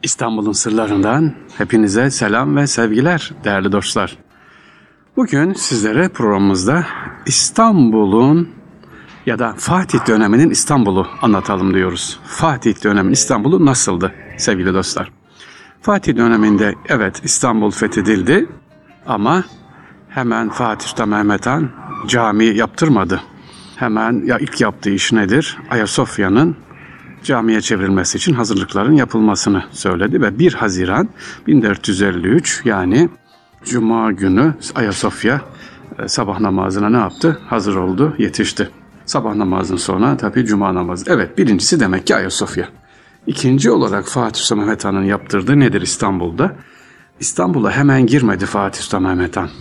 İstanbul'un sırlarından hepinize selam ve sevgiler değerli dostlar. Bugün sizlere programımızda İstanbul'un ya da Fatih döneminin İstanbul'u anlatalım diyoruz. Fatih döneminin İstanbul'u nasıldı sevgili dostlar? Fatih döneminde evet İstanbul fethedildi ama hemen Fatih Sultan Mehmet Han cami yaptırmadı. Hemen ilk yaptığı iş nedir? Ayasofya'nın camiye çevrilmesi için hazırlıkların yapılmasını söyledi ve 1 Haziran 1453 yani Cuma günü Ayasofya sabah namazına ne yaptı? Hazır oldu, yetişti. Sabah namazının sonra tabii Cuma namazı. Evet, birincisi demek ki Ayasofya. İkinci olarak Fatih Sultan Mehmet Han'ın yaptırdığı nedir İstanbul'da? İstanbul'a hemen girmedi Fatih Sultan Mehmet Han.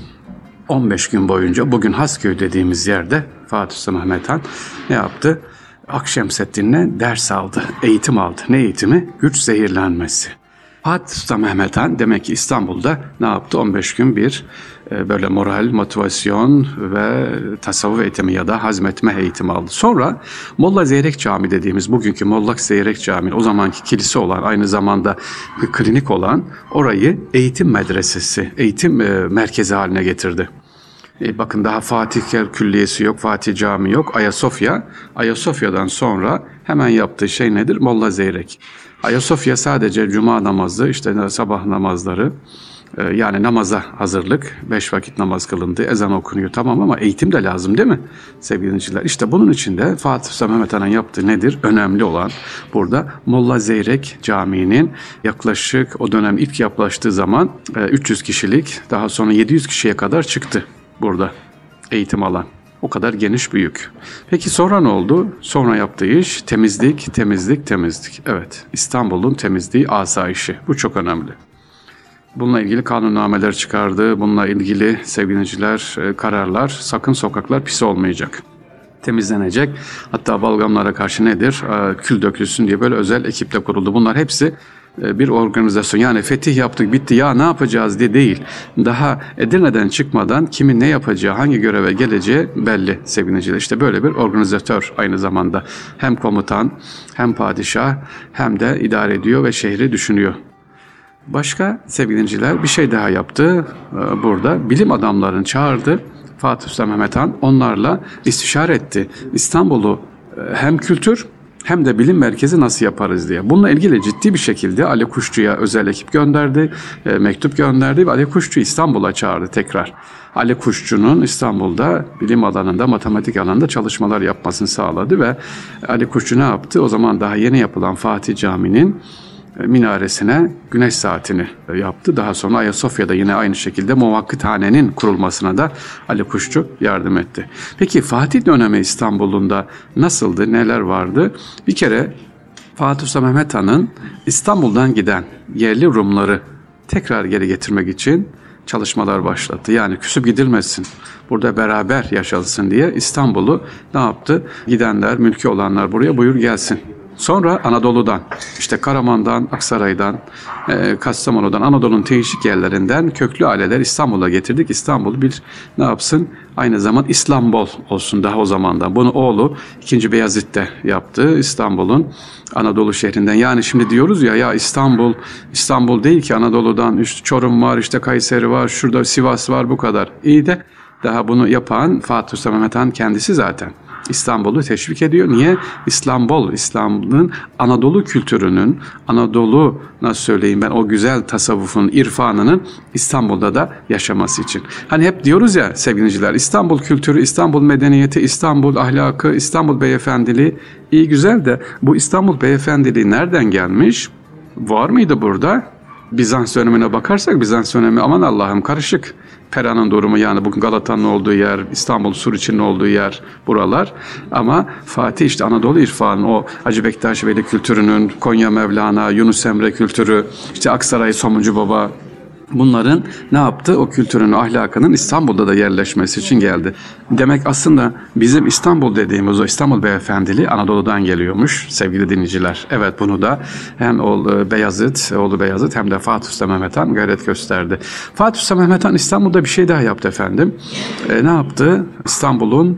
15 gün boyunca bugün Hasköy dediğimiz yerde Fatih Sultan Mehmet Han ne yaptı? Akşemseddin'le ders aldı, eğitim aldı. Ne eğitimi? Güç zehirlenmesi. Fatih Sultan Mehmet Han demek ki İstanbul'da ne yaptı? 15 gün bir böyle moral, motivasyon ve tasavvuf eğitimi ya da hazmetme eğitimi aldı. Sonra Molla Zeyrek Camii dediğimiz bugünkü Molla Zeyrek Camii, o zamanki kilise olan, aynı zamanda bir klinik olan orayı eğitim medresesi, eğitim merkezi haline getirdi. Bakın daha Fatih Külliyesi yok, Fatih Camii yok, Ayasofya. Ayasofya'dan sonra hemen yaptığı şey nedir? Molla Zeyrek. Ayasofya sadece cuma namazı, işte sabah namazları, yani namaza hazırlık, 5 vakit namaz kılındı, ezan okunuyor tamam ama eğitim de lazım değil mi sevgili dinleyiciler? İşte bunun için de Fatih Sultan Mehmet Han'ın yaptığı nedir? Önemli olan burada Molla Zeyrek Camii'nin yaklaşık o dönem ilk yapılaştığı zaman 300 kişilik, daha sonra 700 kişiye kadar çıktı burada eğitim alan. O kadar geniş, büyük. Peki sonra ne oldu? Sonra yaptığı iş temizlik, temizlik, temizlik. Evet, İstanbul'un temizliği, asayişi. Bu çok önemli. Bununla ilgili kanunnameler çıkardı. Bununla ilgili sevgili dinleyiciler kararlar. Sakın sokaklar pis olmayacak. Temizlenecek. Hatta balgamlara karşı nedir? Kül dökülsün diye böyle özel ekipler kuruldu. Bunlar hepsi bir organizasyon. Yani fetih yaptık bitti ya ne yapacağız diye değil. Daha Edirne'den çıkmadan kimin ne yapacağı, hangi göreve geleceği belli sevgili dinleyiciler. İşte böyle bir organizatör aynı zamanda. Hem komutan, hem padişah, hem de idare ediyor ve şehri düşünüyor. Başka sevgili dinleyiciler bir şey daha yaptı. Burada bilim adamlarını çağırdı. Fatih Sultan Mehmet Han onlarla istişare etti. İstanbul'u hem kültür hem de bilim merkezi nasıl yaparız diye. Bununla ilgili ciddi bir şekilde Ali Kuşçu'ya özel ekip gönderdi, mektup gönderdi ve Ali Kuşçu'yu İstanbul'a çağırdı tekrar. Ali Kuşçu'nun İstanbul'da bilim alanında, matematik alanında çalışmalar yapmasını sağladı ve Ali Kuşçu ne yaptı? O zaman daha yeni yapılan Fatih Camii'nin minaresine güneş saatini yaptı. Daha sonra Ayasofya'da yine aynı şekilde muvakkithanenin kurulmasına da Ali Kuşçu yardım etti. Peki Fatih dönemi İstanbul'unda nasıldı, neler vardı? Bir kere Fatih Sultan Mehmet Han'ın İstanbul'dan giden yerli Rumları tekrar geri getirmek için çalışmalar başlattı. Yani küsüp gidilmesin, burada beraber yaşalsın diye İstanbul'u ne yaptı? Gidenler, mülkü olanlar buraya buyur gelsin. Sonra Anadolu'dan, işte Karaman'dan, Aksaray'dan, Kastamonu'dan, Anadolu'nun değişik yerlerinden köklü aileler İstanbul'a getirdik. İstanbul bir ne yapsın? Aynı zaman İslambol olsun daha o zamandan. Bunu oğlu 2. Beyazıt de yaptı. İstanbul'un Anadolu şehrinden. Yani şimdi diyoruz ya İstanbul, İstanbul değil ki Anadolu'dan. İşte Çorum var, işte Kayseri var, şurada Sivas var bu kadar. İyi de daha bunu yapan Fatih Sultan Mehmet Han kendisi zaten. İstanbul'u teşvik ediyor. Niye? İslambol, İslam'ın Anadolu kültürünün, Anadolu nasıl söyleyeyim ben o güzel tasavvufun, irfanının İstanbul'da da yaşaması için. Hani hep diyoruz ya sevgili dinleyiciler, İstanbul kültürü, İstanbul medeniyeti, İstanbul ahlakı, İstanbul beyefendiliği iyi güzel de bu İstanbul beyefendiliği nereden gelmiş? Var mıydı burada? Bizans dönemine bakarsak Bizans dönemi aman Allah'ım karışık. Pera'nın durumu yani bugün Galata'nın olduğu yer, İstanbul Suriçi'nin olduğu yer buralar. Ama Fatih işte Anadolu irfanı, o Hacı Bektaş Veli kültürünün, Konya Mevlana, Yunus Emre kültürü, işte Aksaray Somuncu Baba, bunların ne yaptı? O kültürün, ahlakının İstanbul'da da yerleşmesi için geldi. Demek aslında bizim İstanbul dediğimiz o İstanbul beyefendiliği Anadolu'dan geliyormuş sevgili dinleyiciler. Evet bunu da hem oğlu Beyazıt hem de Fatih Sultan Mehmet Han gayret gösterdi. Fatih Sultan Mehmet Han İstanbul'da bir şey daha yaptı efendim. Ne yaptı? İstanbul'un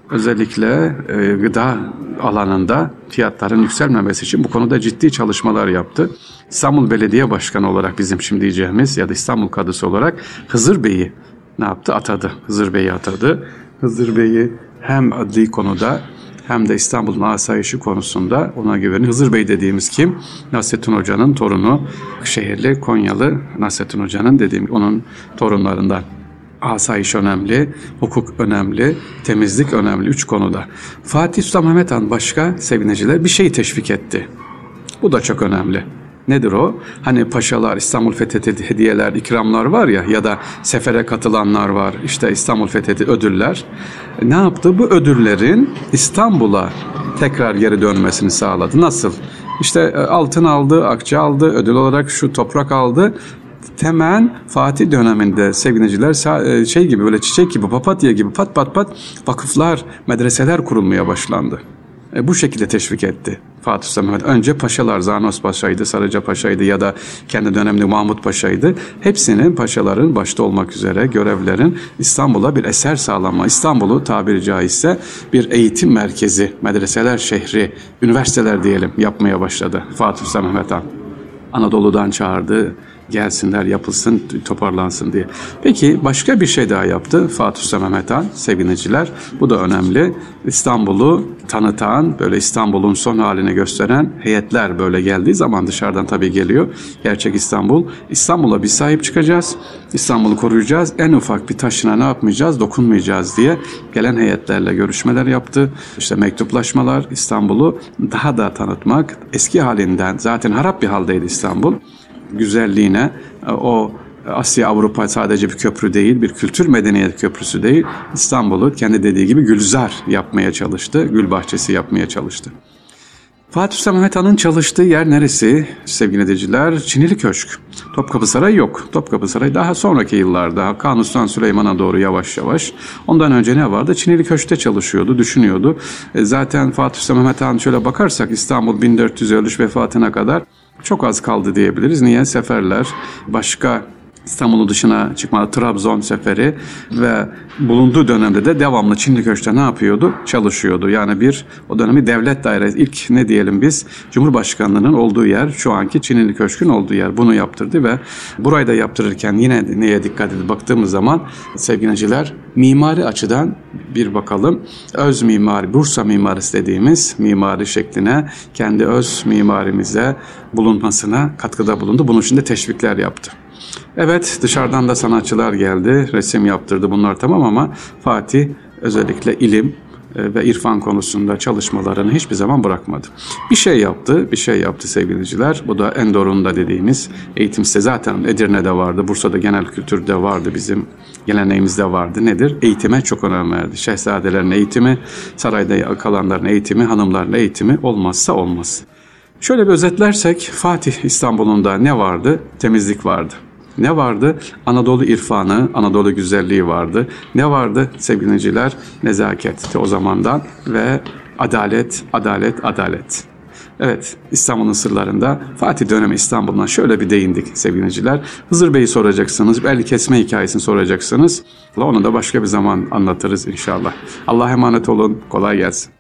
Özellikle gıda alanında fiyatların yükselmemesi için bu konuda ciddi çalışmalar yaptı. İstanbul Belediye Başkanı olarak bizim şimdi diyeceğimiz ya da İstanbul Kadısı olarak Hızır Bey'i ne yaptı? Atadı. Hızır Bey'i atadı. Hızır Bey'i hem adli konuda hem de İstanbul'un asayişi konusunda ona güveni. Hızır Bey dediğimiz kim? Nasrettin Hoca'nın torunu, şehirli Konyalı Nasrettin Hoca'nın onun torunlarından. Asayiş önemli, hukuk önemli, temizlik önemli 3 konuda. Fatih Sultan Mehmet Han başka sevgiliciler bir şeyi teşvik etti. Bu da çok önemli. Nedir o? Hani paşalar, İstanbul fethetti hediyeler, ikramlar var ya da sefere katılanlar var. İşte İstanbul fethetti ödüller. Ne yaptı? Bu ödüllerin İstanbul'a tekrar geri dönmesini sağladı. Nasıl? İşte altın aldı, akçe aldı, ödül olarak şu toprak aldı. Hemen Fatih döneminde sevgiliciler şey gibi böyle çiçek gibi papatya gibi pat pat pat vakıflar, medreseler kurulmaya başlandı. Bu şekilde teşvik etti Fatih Sultan Mehmet. Önce paşalar Zanos Paşa'ydı, Sarıca Paşa'ydı ya da kendi döneminde Mahmut Paşa'ydı. Hepsinin paşaların başta olmak üzere görevlerin İstanbul'a bir eser sağlama, İstanbul'u tabiri caizse bir eğitim merkezi, medreseler şehri, üniversiteler diyelim yapmaya başladı Fatih Sultan Mehmet Han. Anadolu'dan çağırdı, gelsinler, yapılsın, toparlansın diye. Peki başka bir şey daha yaptı Fatih Sultan Mehmet Han sevgiliciler. Bu da önemli. İstanbul'u tanıtan, böyle İstanbul'un son halini gösteren heyetler böyle geldiği zaman dışarıdan tabii geliyor. Gerçek İstanbul. İstanbul'a bir sahip çıkacağız. İstanbul'u koruyacağız. En ufak bir taşına ne yapmayacağız? Dokunmayacağız diye gelen heyetlerle görüşmeler yaptı. İşte mektuplaşmalar, İstanbul'u daha da tanıtmak, eski halinden zaten harap bir haldeydi İstanbul. Güzelliğine, o Asya Avrupa sadece bir köprü değil, bir kültür medeniyet köprüsü değil, İstanbul'u kendi dediği gibi gülzar yapmaya çalıştı, gül bahçesi yapmaya çalıştı. Fatih Sultan Mehmet Han'ın çalıştığı yer neresi sevgili dinleyiciler? Çinili Köşk. Topkapı Sarayı yok. Topkapı Sarayı daha sonraki yıllarda Kanuni Sultan Süleyman'a doğru yavaş yavaş. Ondan önce ne vardı? Çinili Köşk'te çalışıyordu, düşünüyordu. Zaten Fatih Sultan Mehmet Han şöyle bakarsak İstanbul 1453 vefatına kadar çok az kaldı diyebiliriz. Niye? Seferler, başka İstanbul'un dışına çıkma, Trabzon seferi ve bulunduğu dönemde de devamlı Çinili Köşk'te ne yapıyordu? Çalışıyordu. Yani o dönemi devlet dairesi, ilk ne diyelim biz, Cumhurbaşkanlığının olduğu yer, şu anki Çinili Köşk'ün olduğu yer. Bunu yaptırdı ve burayı da yaptırırken yine neye dikkat edip baktığımız zaman sevgiliciler mimari açıdan bir bakalım. Öz mimari, Bursa mimarisi dediğimiz mimari şekline, kendi öz mimarimize bulunmasına katkıda bulundu. Bunun için de teşvikler yaptı. Evet, dışarıdan da sanatçılar geldi, resim yaptırdı, bunlar tamam ama Fatih özellikle ilim ve irfan konusunda çalışmalarını hiçbir zaman bırakmadı. Bir şey yaptı sevgiliciler. Bu da Endor'unda dediğimiz eğitim sitesi. Zaten Edirne'de vardı, Bursa'da genel kültürde vardı, bizim geleneğimizde vardı. Nedir? Eğitime çok önem verdi. Şehzadelerin eğitimi, sarayda kalanların eğitimi, hanımların eğitimi olmazsa olmaz. Şöyle bir özetlersek Fatih İstanbul'unda ne vardı? Temizlik vardı. Ne vardı? Anadolu irfanı, Anadolu güzelliği vardı. Ne vardı sevgiliciler? Nezaket o zamandan ve adalet, adalet, adalet. Evet, İstanbul'un sırlarında Fatih dönemi İstanbul'dan şöyle bir değindik sevgiliciler. Hızır Bey'i soracaksınız, el kesme hikayesini soracaksınız. Onu da başka bir zaman anlatırız inşallah. Allah'a emanet olun, kolay gelsin.